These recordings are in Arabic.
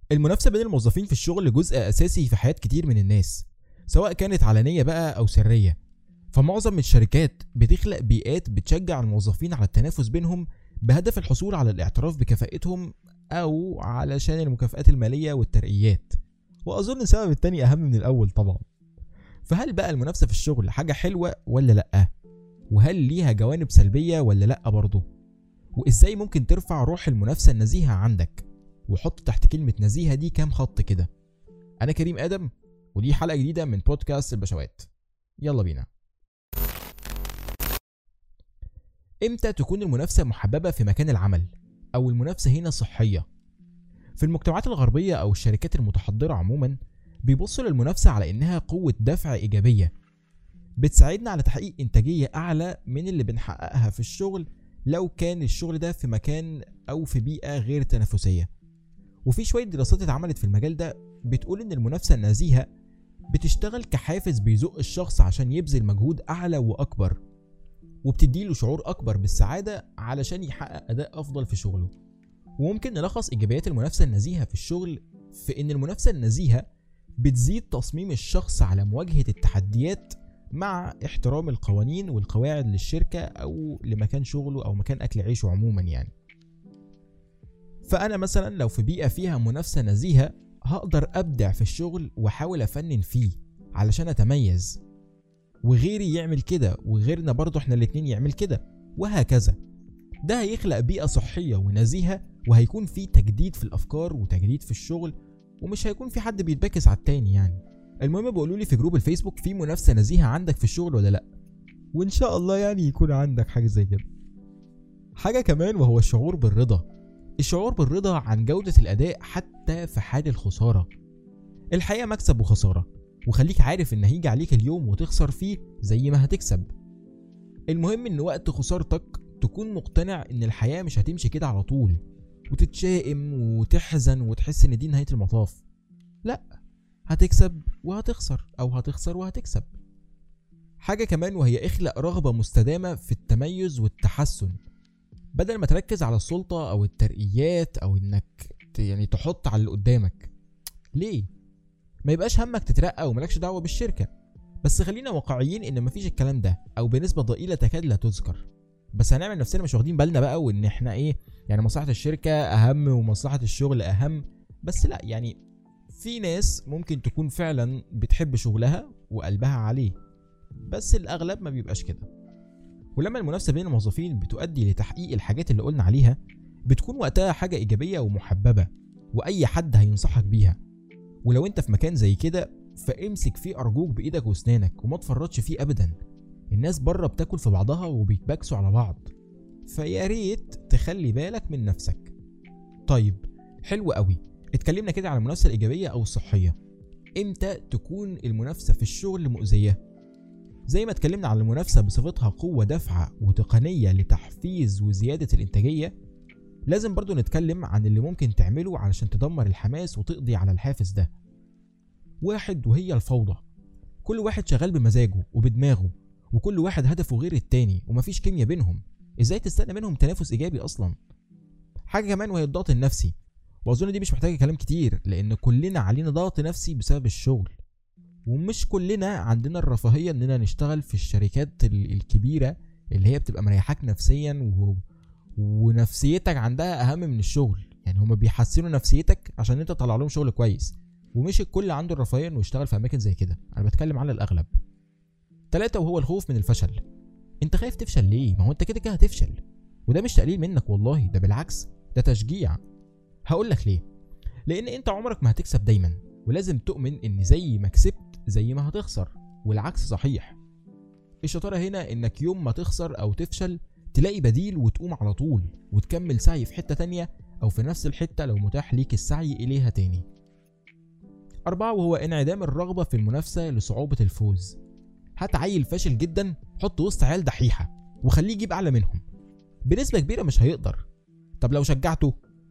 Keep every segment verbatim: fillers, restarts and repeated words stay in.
المنافسة بين الموظفين في الشغل جزء أساسي في حياة كتير من الناس، سواء كانت علنية بقى أو سرية. فمعظم الشركات بتخلق بيئات بتشجع الموظفين على التنافس بينهم بهدف الحصول على الاعتراف بكفاءتهم أو علشان المكافآت المالية والترقيات. وأظن السبب التاني أهم من الأول طبعا. فهل بقى المنافسة في الشغل حاجة حلوة ولا لأ؟ وهل ليها جوانب سلبية ولا لأ برضه؟ وإزاي ممكن ترفع روح المنافسة النزيهة عندك؟ وحط تحت كلمة نزيهة دي كام خط كده. أنا كريم آدم، ودي حلقة جديدة من بودكاست البشوات. يلا بينا. إمتى تكون المنافسة محببة في مكان العمل؟ أو المنافسة هنا صحية؟ في المجتمعات الغربية أو الشركات المتحضرة عموما بيبصوا للمنافسة على إنها قوة دفع إيجابية بتساعدنا على تحقيق إنتاجية أعلى من اللي بنحققها في الشغل لو كان الشغل ده في مكان أو في بيئة غير تنافسية. وفي شوية دراسات اتعملت في المجال ده بتقول إن المنافسة النزيهة بتشتغل كحافز بيزق الشخص عشان يبذل مجهود أعلى وأكبر، وبتديله شعور أكبر بالسعادة علشان يحقق أداء أفضل في شغله. وممكن نلخص إيجابيات المنافسة النزيهة في الشغل في إن المنافسة النزيهة بتزيد تصميم الشخص على مواجهة التحديات مع احترام القوانين والقواعد للشركة أو لمكان شغله أو مكان أكل عيشه عموما يعني. فأنا مثلا لو في بيئة فيها منافسة نزيهة هقدر أبدع في الشغل وأحاول أفنن فيه علشان أتميز، وغيري يعمل كده وغيرنا برضو احنا الاتنين يعمل كده، وهكذا. ده هيخلق بيئة صحية ونزيهة، وهيكون في تجديد في الأفكار وتجديد في الشغل، ومش هيكون في حد بيتبكس على التاني يعني. المهم بقولولي في جروب الفيسبوك في منافسة نزيهة عندك في الشغل ولا لأ؟ وإن شاء الله يعني يكون عندك حاجة زي كده. حاجة كمان وهو الشعور بالرضا. الشعور بالرضا عن جودة الأداء حتى في حال الخسارة. الحقيقة مكسب وخسارة، وخليك عارف إن هيجي عليك اليوم وتخسر فيه زي ما هتكسب. المهم إن وقت خسارتك تكون مقتنع إن الحياة مش هتمشي كده على طول وتتشائم وتحزن وتحس إن دي نهاية المطاف. لأ، هتكسب وهتخسر أو هتخسر وهتكسب. حاجة كمان وهي اخلق رغبة مستدامة في التميز والتحسن، بدل ما تركز على السلطة أو الترقيات أو إنك يعني تحط على اللي قدامك. ليه؟ ما يبقاش همك تترقى وملكش دعوة بالشركة، بس خلينا واقعيين إن مفيش الكلام ده أو بنسبة ضئيلة تكاد لا تذكر. بس هنعمل نفسنا مش واخدين بالنا بقى، وإن إحنا إيه يعني مصلحة الشركة أهم ومصلحة الشغل أهم. بس لأ، يعني في ناس ممكن تكون فعلا بتحب شغلها وقلبها عليه، بس الأغلب ما بيبقاش كده. ولما المنافسة بين الموظفين بتؤدي لتحقيق الحاجات اللي قلنا عليها بتكون وقتها حاجة إيجابية ومحببة، وأي حد هينصحك بيها. ولو انت في مكان زي كده فامسك فيه أرجوك بإيدك واسنانك وما تفرطش فيه أبدا. الناس بره بتاكل في بعضها وبيتباكسوا على بعض، فيا ريت تخلي بالك من نفسك. طيب حلو قوي، اتكلمنا كده على المنافسة الإيجابية أو الصحية. امتى تكون المنافسة في الشغل مؤذية؟ زي ما اتكلمنا على المنافسة بصفتها قوة دافعة وتقنية لتحفيز وزيادة الإنتاجية، لازم برضو نتكلم عن اللي ممكن تعمله علشان تدمر الحماس وتقضي على الحافز ده. واحد، وهي الفوضى. كل واحد شغال بمزاجه وبدماغه، وكل واحد هدفه غير التاني ومفيش كيمياء بينهم. ازاي تستنى منهم تنافس إيجابي أصلا؟ حاجة كمان وهي الضغط النفسي، وأظن دي مش محتاجة كلام كتير لأن كلنا علينا ضغط نفسي بسبب الشغل، ومش كلنا عندنا الرفاهية اننا نشتغل في الشركات الكبيرة اللي هي بتبقى مريحاك نفسيا و... ونفسيتك عندها اهم من الشغل. يعني هما بيحسنوا نفسيتك عشان انت تطلع لهم شغل كويس، ومش الكل عنده الرفاهية انه يشتغل في اماكن زي كده. انا بتكلم على الاغلب. ثلاثة، وهو الخوف من الفشل. انت خايف تفشل ليه؟ ما هو انت كده كده هتفشل، وده مش تقليل منك والله، ده بالعكس ده تشجيع. هقولك ليه. لان انت عمرك ما هتكسب دايما، ولازم تؤمن ان زي ما كسبت زي ما هتخسر، والعكس صحيح. الشطارة هنا انك يوم ما تخسر او تفشل تلاقي بديل وتقوم على طول وتكمل سعي في حتة تانية او في نفس الحتة لو متاح ليك السعي اليها تاني. أربعة، وهو انعدام الرغبة في المنافسة لصعوبة الفوز. هات عيل فاشل جدا حط وسط عيال دحيحة وخليه يجيب اعلى منهم، بنسبة كبيرة مش هيقدر. طب لو شجعته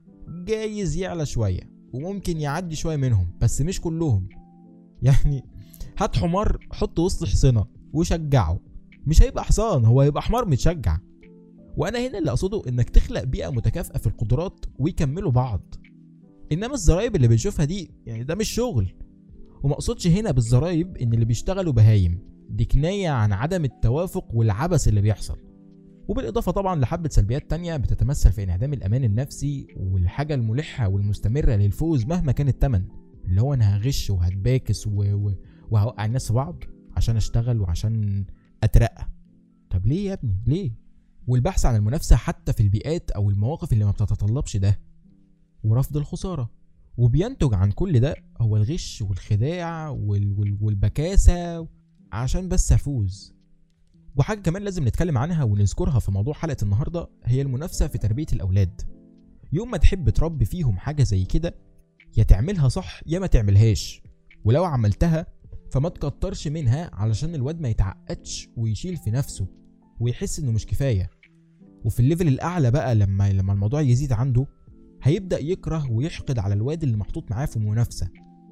جايز يعلى شوية وممكن يعدي شوية منهم، بس مش كلهم. يعني هات حمار حط وسط حصنة وشجعه، مش هيبقى حصان، هو هيبقى حمار متشجع. وانا هنا اللي اقصده انك تخلق بيئة متكافئة في القدرات ويكملوا بعض. انما الزرايب اللي بنشوفها دي يعني ده مش شغل. ومقصودش هنا بالزرايب ان اللي بيشتغلوا بهايم، دي كناية عن عدم التوافق والعبث اللي بيحصل. وبالاضافة طبعا لحبة سلبيات تانية بتتمثل في انعدام الامان النفسي والحاجة الملحة والمستمرة للفوز مهما كان التمن، اللي هو انا هغش وهتباكس و... و... وهوقع الناس في بعض عشان اشتغل وعشان اترقى. طب ليه يا ابني ليه؟ والبحث عن المنافسة حتى في البيئات او المواقف اللي ما بتتطلبش ده، ورفض الخسارة. وبينتج عن كل ده هو الغش والخداع وال... وال... والبكاسة عشان بس افوز. وحاجة كمان لازم نتكلم عنها ونذكرها في موضوع حلقة النهاردة هي المنافسة في تربية الأولاد. يوم ما تحب تربي فيهم حاجة زي كده، يا تعملها صح يا ما تعملهاش، ولو عملتها فما تكترش منها علشان الواد ما يتعقدش ويشيل في نفسه ويحس انه مش كفاية. وفي الليفل الأعلى بقى لما لما الموضوع يزيد عنده هيبدأ يكره ويحقد على الواد اللي محطوط معاه في منافسة،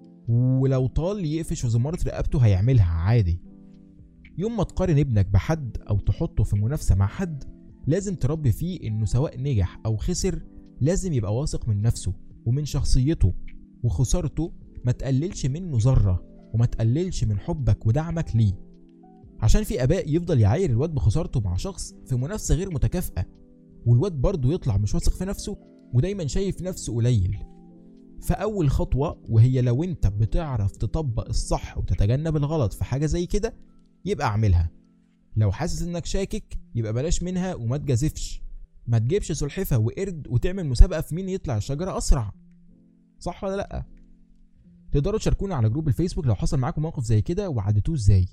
ولو طال يقفش في زمارة رقبته هيعملها عادي. يوم ما تقارن ابنك بحد او تحطه في منافسة مع حد، لازم تربي فيه انه سواء نجح او خسر لازم يبقى واثق من نفسه ومن شخصيته، وخسارته ما تقللش منه ذرة وما تقللش من حبك ودعمك ليه. عشان في اباء يفضل يعاير الواد بخسارته مع شخص في منافسة غير متكافئة، والواد برضه يطلع مش واثق في نفسه ودايما شايف نفسه قليل. فاول خطوة وهي لو انت بتعرف تطبق الصح وتتجنب الغلط في حاجة زي كده يبقى اعملها. لو حاسس انك شاكك يبقى بلاش منها وما تجازفش. ما تجيبش سلحفة وقرد وتعمل مسابقة في مين يطلع الشجرة اسرع، صح ولا لا؟ تقدروا تشاركونا على جروب الفيسبوك لو حصل معاكم موقف زي كده وعدتوه ازاي.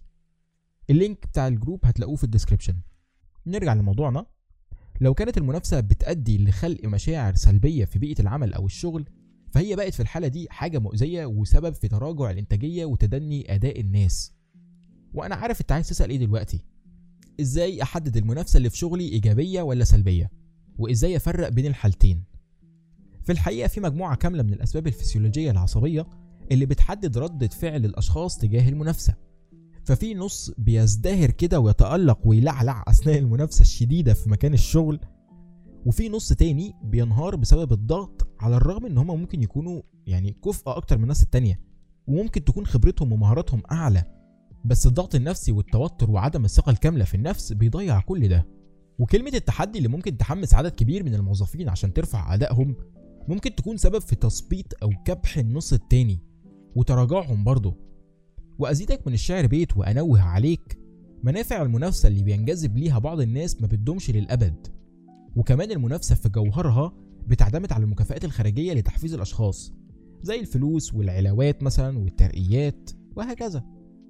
اللينك بتاع الجروب هتلاقوه في الديسكريبشن. نرجع لموضوعنا. لو كانت المنافسة بتؤدي لخلق مشاعر سلبية في بيئة العمل او الشغل، فهي بقت في الحالة دي حاجة مؤذية وسبب في تراجع الانتاجية وتدني اداء الناس. وانا عارف انت عايز تسأل ايه دلوقتي، ازاي احدد المنافسة اللي في شغلي ايجابية ولا سلبية، وازاي افرق بين الحالتين؟ في الحقيقة في مجموعة كاملة من الاسباب الفسيولوجية العصبية اللي بتحدد ردة فعل الاشخاص تجاه المنافسة. ففي نص بيزدهر كده ويتألق ويلعلع اثناء المنافسة الشديدة في مكان الشغل، وفي نص تاني بينهار بسبب الضغط، على الرغم ان هم ممكن يكونوا يعني كفء اكتر من الناس التانية وممكن تكون خبرتهم ومهاراتهم اعلى، بس الضغط النفسي والتوتر وعدم الثقة الكاملة في النفس بيضيع كل ده. وكلمة التحدي اللي ممكن تحمس عدد كبير من الموظفين عشان ترفع أدائهم ممكن تكون سبب في تثبيط أو كبح النص التاني وتراجعهم برضه. وأزيدك من الشعر بيت وأنوه عليك، منافع المنافسة اللي بينجذب ليها بعض الناس ما بتدومش للأبد. وكمان المنافسة في جوهرها بتعتمد على المكافآت الخارجية لتحفيز الأشخاص زي الفلوس والعلاوات مثلا والترقيات وهكذا.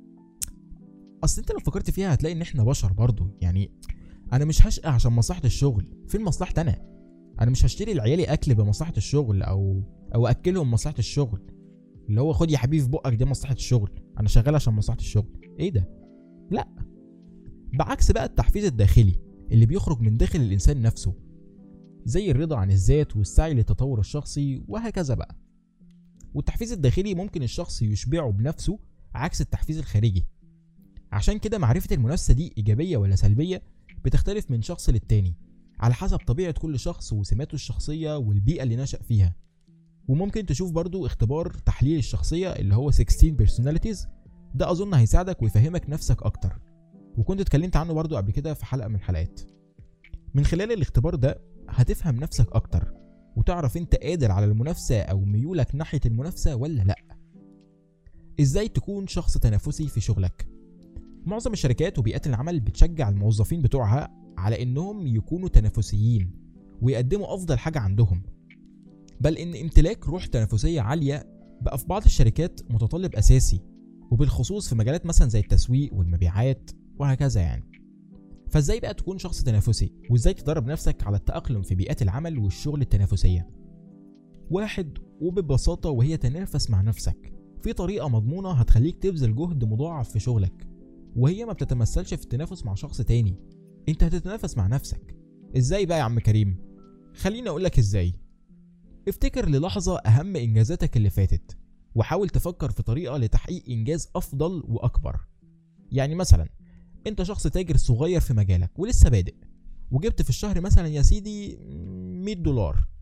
اصل انت لو فكرت فيها هتلاقي ان احنا بشر برضو، يعني انا مش هشقى عشان مصلحة الشغل، فين مصلحتي انا؟ انا مش هشتري لعيالي اكل بمصلحة الشغل او او اكلهم مصلحة الشغل، اللي هو خد يا حبيبي في بقك دي مصلحة الشغل، انا شغال عشان مصلحة الشغل. ايه ده؟ لا. بعكس بقى التحفيز الداخلي اللي بيخرج من داخل الانسان نفسه، زي الرضا عن الذات والسعي للتطور الشخصي وهكذا بقى. والتحفيز الداخلي ممكن الشخص يشبعه بنفسه عكس التحفيز الخارجي. عشان كده معرفة المنافسة دي إيجابية ولا سلبية بتختلف من شخص للتاني على حسب طبيعة كل شخص وسماته الشخصية والبيئة اللي نشأ فيها. وممكن تشوف برضو اختبار تحليل الشخصية اللي هو ستاشر personalities، ده أظن هيساعدك ويفهمك نفسك أكتر، وكنت اتكلمت عنه برضو قبل كده في حلقة من الحلقات. من خلال الاختبار ده هتفهم نفسك أكتر وتعرف انت قادر على المنافسة أو ميولك ناحية المنافسة ولا لأ. ازاي تكون شخص تنافسي في شغلك؟ معظم الشركات وبيئات العمل بتشجع الموظفين بتوعها على انهم يكونوا تنافسيين ويقدموا افضل حاجة عندهم، بل ان امتلاك روح تنافسية عالية بقى في بعض الشركات متطلب اساسي، وبالخصوص في مجالات مثلا زي التسويق والمبيعات وهكذا يعني. فازاي بقى تكون شخص تنافسي وازاي تدرب نفسك على التأقلم في بيئات العمل والشغل التنافسية؟ واحد، وببساطة وهي تنافس مع نفسك في طريقة مضمونة هتخليك تبذل جهد مضاعف في شغلك، وهي ما بتتمثلش في التنافس مع شخص تاني، انت هتتنافس مع نفسك. ازاي بقى يا عم كريم؟ خليني اقولك ازاي. افتكر للحظة اهم انجازاتك اللي فاتت وحاول تفكر في طريقة لتحقيق انجاز افضل واكبر. يعني مثلا انت شخص تاجر صغير في مجالك ولسه بادئ، وجبت في الشهر مثلا يا سيدي مية دولار،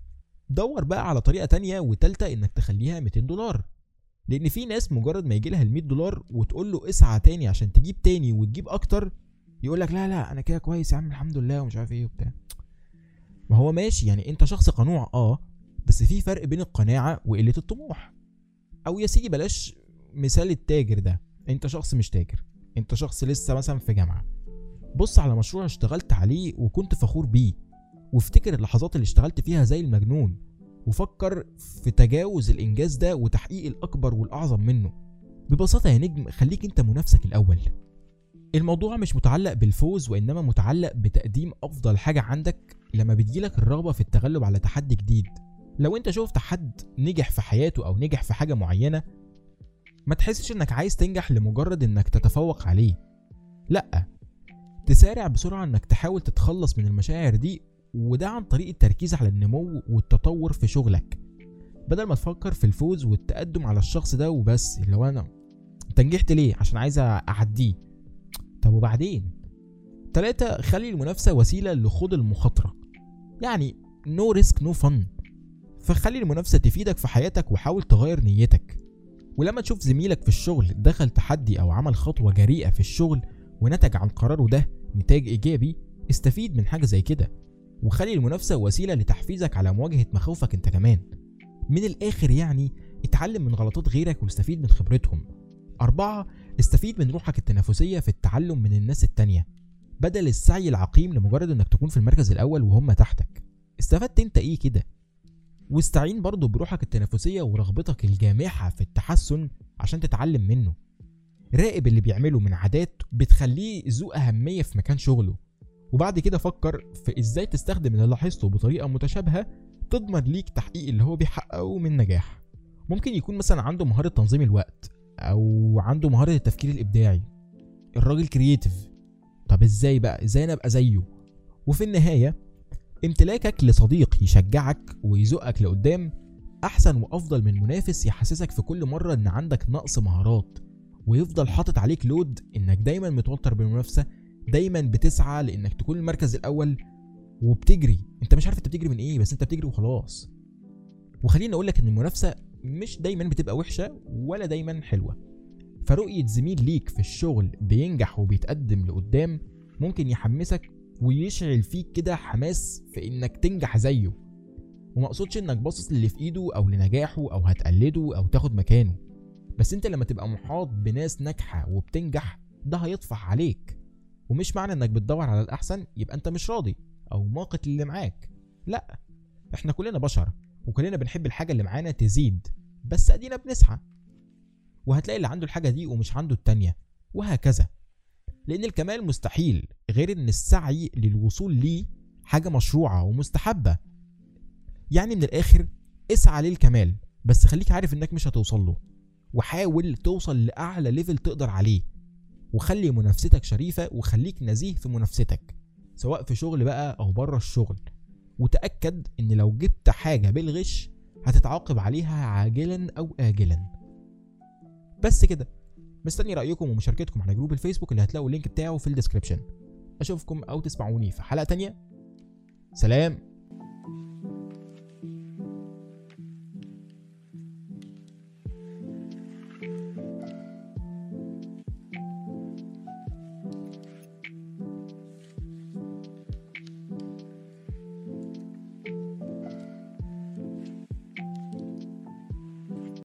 دور بقى على طريقه تانية وتالتة انك تخليها ميتين دولار، لان في ناس مجرد ما يجي لها ال مية دولار وتقول له اسعى تاني عشان تجيب تاني وتجيب اكتر، يقول لك لا لا انا كده كويس يا عم الحمد لله ومش عارف ايه وبتاع. ما هو ماشي، يعني انت شخص قنوع اه، بس في فرق بين القناعه وقله الطموح. او يا سيدي بلاش مثال التاجر ده، انت شخص مش تاجر، انت شخص لسه مثلا في جامعه، بص على مشروع اشتغلت عليه وكنت فخور بيه، وافتكر اللحظات اللي اشتغلت فيها زي المجنون، وفكر في تجاوز الانجاز ده وتحقيق الاكبر والاعظم منه. ببساطه يا نجم خليك انت منافسك الاول. الموضوع مش متعلق بالفوز، وانما متعلق بتقديم افضل حاجه عندك لما بتجيلك الرغبه في التغلب على تحدي جديد. لو انت شفت حد نجح في حياته او نجح في حاجه معينه، ما تحسش انك عايز تنجح لمجرد انك تتفوق عليه، لا، تسارع بسرعه انك تحاول تتخلص من المشاعر دي، وده عن طريق التركيز على النمو والتطور في شغلك، بدل ما تفكر في الفوز والتقدم على الشخص ده وبس. اللي هو انا انت نجحت ليه؟ عشان عايز اعديه. طب وبعدين؟ تلاتة، خلي المنافسه وسيله لخوض المخاطره، يعني نو ريسك نو فن. فخلي المنافسه تفيدك في حياتك وحاول تغير نيتك. ولما تشوف زميلك في الشغل دخل تحدي او عمل خطوه جريئه في الشغل ونتج عن قراره ده نتاج ايجابي، استفيد من حاجه زي كده، وخلي المنافسه وسيله لتحفيزك على مواجهه مخاوفك انت كمان. من الاخر يعني اتعلم من غلطات غيرك واستفيد من خبرتهم. أربعة، استفيد من روحك التنافسيه في التعلم من الناس التانيه، بدل السعي العقيم لمجرد انك تكون في المركز الاول وهم تحتك. استفدت انت ايه كده؟ واستعين برضو بروحك التنافسيه ورغبتك الجامحه في التحسن عشان تتعلم منه. راقب اللي بيعمله من عادات بتخليه ذو اهميه في مكان شغله، وبعد كده فكر في ازاي تستخدم اللي لاحظته بطريقه متشابهه تضمن ليك تحقيق اللي هو بيحققه من نجاح. ممكن يكون مثلا عنده مهاره تنظيم الوقت، او عنده مهاره التفكير الابداعي، الراجل كرييتيف. طب ازاي بقى؟ ازاي انا ابقى زيه؟ وفي النهايه امتلاكك لصديق يشجعك ويزقك لقدام احسن وافضل من منافس يحسسك في كل مره ان عندك نقص مهارات، ويفضل حاطط عليك لود انك دايما متوتر بالمنافسه، دايما بتسعى لانك تكون المركز الاول وبتجري، انت مش عارف انت بتجري من ايه، بس انت بتجري وخلاص. وخليني اقول لك ان المنافسه مش دايما بتبقى وحشه ولا دايما حلوه. فرؤيه زميل ليك في الشغل بينجح وبيتقدم لقدام ممكن يحمسك ويشعل فيك كده حماس في انك تنجح زيه. وما اقصدش انك باصص للي في ايده او لنجاحه او هتقلده او تاخد مكانه، بس انت لما تبقى محاط بناس ناجحه وبتنجح ده هيطفح عليك. ومش معنى انك بتدور على الاحسن يبقى انت مش راضي او ماقت اللي معاك، لا، احنا كلنا بشر وكلنا بنحب الحاجه اللي معانا تزيد، بس ادينا بنسعى. وهتلاقي اللي عنده الحاجه دي ومش عنده التانيه، وهكذا. لان الكمال مستحيل غير ان السعي للوصول ليه حاجه مشروعه ومستحبه. يعني من الاخر اسعى للكمال، بس خليك عارف انك مش هتوصل له، وحاول توصل لاعلى ليفل تقدر عليه. وخلي منافستك شريفه، وخليك نزيه في منافستك سواء في شغل بقى او بره الشغل. وتاكد ان لو جبت حاجه بالغش هتتعاقب عليها عاجلا او اجلا. بس كده، مستني رايكم ومشاركتكم على جروب الفيسبوك اللي هتلاقوا اللينك بتاعه في الديسكريبشن. اشوفكم او تسمعوني في حلقه تانية. سلام.